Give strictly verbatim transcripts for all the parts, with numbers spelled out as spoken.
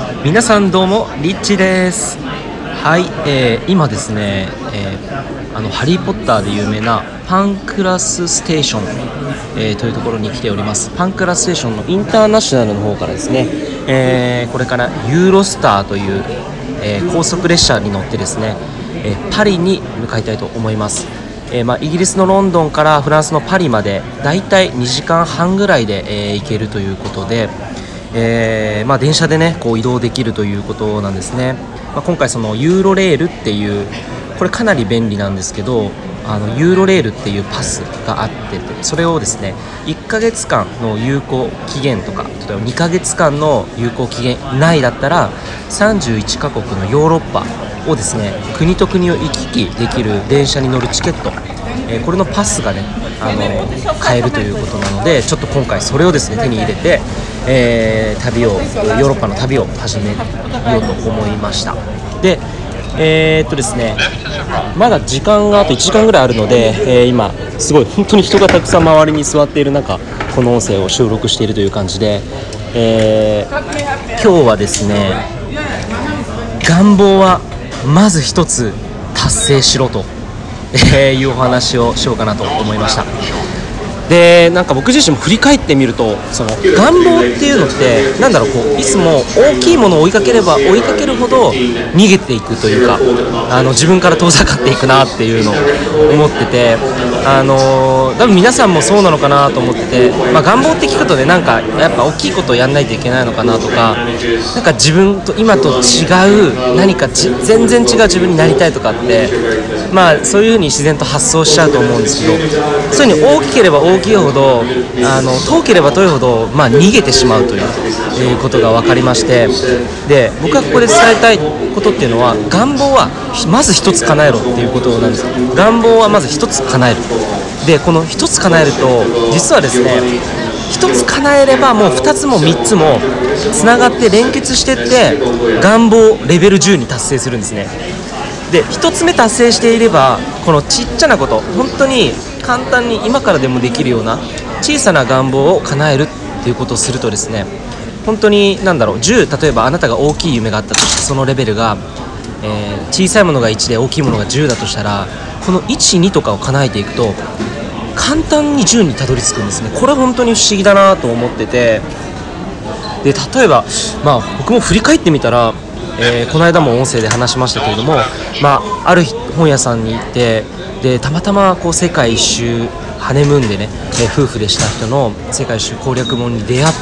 皆さんどうもリッチです。はい、えー、今ですね、えー、あのハリーポッターで有名なパンクラスステーション、えー、というところに来ております。パンクラスステーションのインターナショナルの方からですね、えー、これからユーロスターという、えー、高速列車に乗ってですね、えー、パリに向かいたいと思います。えーまあ、イギリスのロンドンからフランスのパリまでだいたいにじかんはんぐらいで、えー、行けるということで、えーまあ、電車でねこう移動できるということなんですね。まあ、今回そのユーロレールっていうこれかなり便利なんですけど、あのユーロレールっていうパスがあって、それをですねいっかげつかんの有効期限とか、例えばにかげつかんの有効期限内だったらさんじゅういちかこくのヨーロッパをですね国と国を行き来できる電車に乗るチケット、えー、これのパスがねあの買えるということなので、ちょっと今回それをですね手に入れて、えー、旅をヨーロッパの旅を始めようと思いました。でえー、っとですねまだ時間があといちじかんぐらいあるので、えー、今すごい本当に人がたくさん周りに座っている中、この音声を収録しているという感じで、えー、今日はですね願望はまず一つ達成しろと、えー、いうお話をしようかなと思いました。でなんか僕自身も振り返ってみると、その願望っていうのってなんだろう、こういつも大きいものを追いかければ追いかけるほど逃げていくというか、あの自分から遠ざかっていくなっていうのを思ってて、あのー、多分皆さんもそうなのかなと思ってて、まあ、願望って聞くとねなんかやっぱ大きいことをやんないといけないのかなとか、なんか自分と今と違う何か全然違う自分になりたいとかって、まあそういう風に自然と発想しちゃうと思うんですけど、そういう風に大きければ大きいほどあの遠ければ遠いほど、まあ、逃げてしまうという、えー、ことが分かりまして、で僕がここで伝えたいことっていうのは、願望はまず一つ叶えろっていうことなんです。願望はまず一つ叶える。でこの一つ叶えると実はですね、一つ叶えればもう二つも三つもつながって連結していって願望レベルじゅうに達成するんですね。で一つ目達成していれば、このちっちゃなこと、本当に簡単に今からでもできるような小さな願望を叶えるっていうことをするとですね、本当に何だろう、じゅう、例えばあなたが大きい夢があったとして、そのレベルが、えー、小さいものがいちで大きいものがじゅうだとしたら、このいち、にとかを叶えていくと簡単にじゅうにたどり着くんですね。これ本当に不思議だなと思ってて、で例えば、まあ、僕も振り返ってみたら、えー、この間も音声で話しましたけれども、まあ、ある本屋さんに行って、でたまたまこう世界一周ハネムーンでね、えー、夫婦でした人の世界一周攻略本に出会って、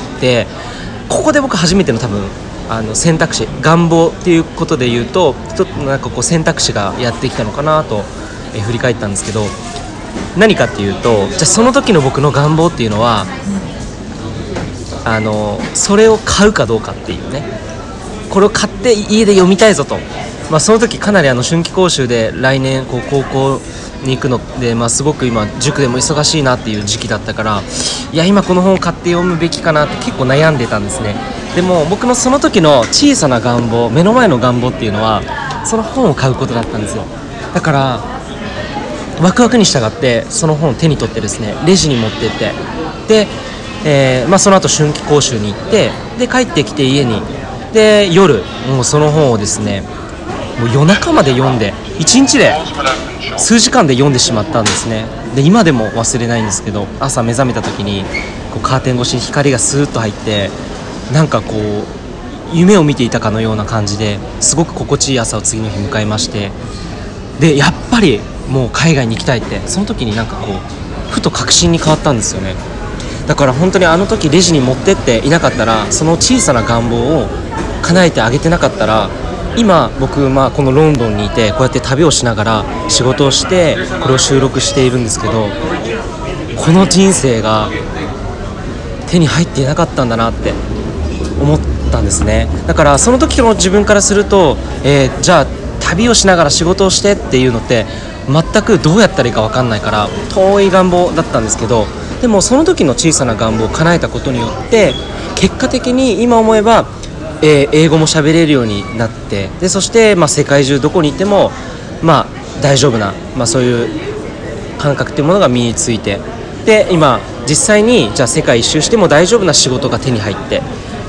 ここで僕初めての多分あの選択肢、願望っていうことで言うとちょっとなんかこう選択肢がやってきたのかなと、えー、振り返ったんですけど、何かっていうと、じゃあその時の僕の願望っていうのは、あのそれを買うかどうかっていうね、これを買って家で読みたいぞと、まあ、その時かなりあの春季講習で来年こう高校に行くので、まあ、すごく今塾でも忙しいなっていう時期だったから、いや今この本を買って読むべきかなって結構悩んでたんですね。でも僕のその時の小さな願望、目の前の願望っていうのはその本を買うことだったんですよ。だからワクワクに従ってその本を手に取ってですね、レジに持ってって、で、えーまあ、その後春季講習に行って、で帰ってきて家に、で夜もうその本をですねもう夜中まで読んで、いちにちで数時間で読んでしまったんですね。で今でも忘れないんですけど、朝目覚めた時にこうカーテン越しに光がスーッと入って、なんかこう夢を見ていたかのような感じですごく心地いい朝を次の日迎えまして、でやっぱりもう海外に行きたいって、その時になんかこうふと確信に変わったんですよね。だから本当にあの時レジに持ってっていなかったら、その小さな願望を叶えてあげてなかったら、今僕、まあ、このロンドンにいてこうやって旅をしながら仕事をしてこれを収録しているんですけど、この人生が手に入っていなかったんだなって思ったんですね。だからその時の自分からすると、えー、じゃあ旅をしながら仕事をしてっていうのって全くどうやったらいいか分かんないから遠い願望だったんですけど、でもその時の小さな願望を叶えたことによって結果的に今思えば、えー、英語も喋れるようになって、でそして、まあ、世界中どこに行っても、まあ、大丈夫な、まあ、そういう感覚っていうものが身について、で今実際にじゃあ世界一周しても大丈夫な仕事が手に入って、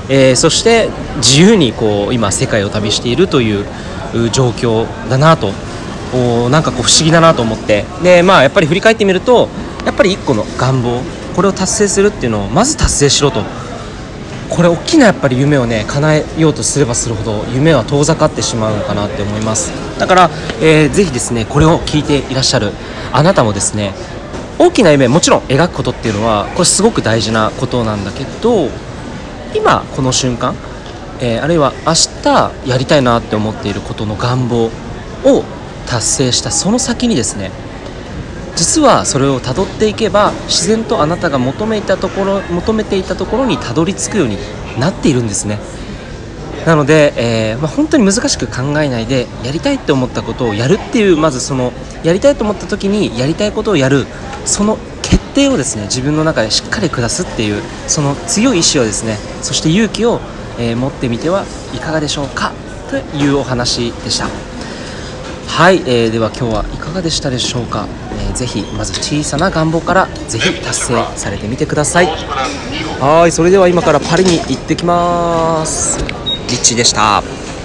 えー、そして自由にこう今世界を旅しているという状況だなと、なんかこう不思議だなと思って、で、まあ、やっぱり振り返ってみると、やっぱり一個の願望、これを達成するっていうのをまず達成しろと。これ大きなやっぱり夢をね叶えようとすればするほど夢は遠ざかってしまうのかなって思います。だから、えー、ぜひですねこれを聞いていらっしゃるあなたもですね、大きな夢もちろん描くことっていうのはこれすごく大事なことなんだけど、今この瞬間、えー、あるいは明日やりたいなって思っていることの願望を達成したその先にですね、実はそれをたどっていけば自然とあなたが求めたところ求めていたところにたどり着くようになっているんですね。なので、えーまあ、本当に難しく考えないで、やりたいって思ったことをやるっていう、まずそのやりたいと思った時にやりたいことをやる、その決定をですね自分の中でしっかり下すっていう、その強い意志をですね、そして勇気を、えー、持ってみてはいかがでしょうかというお話でした。はい、えー、では今日はいかがでしたでしょうか。えー、ぜひまず小さな願望からぜひ達成されてみてください。はい、それでは今からパリに行ってきます。リッチーでした。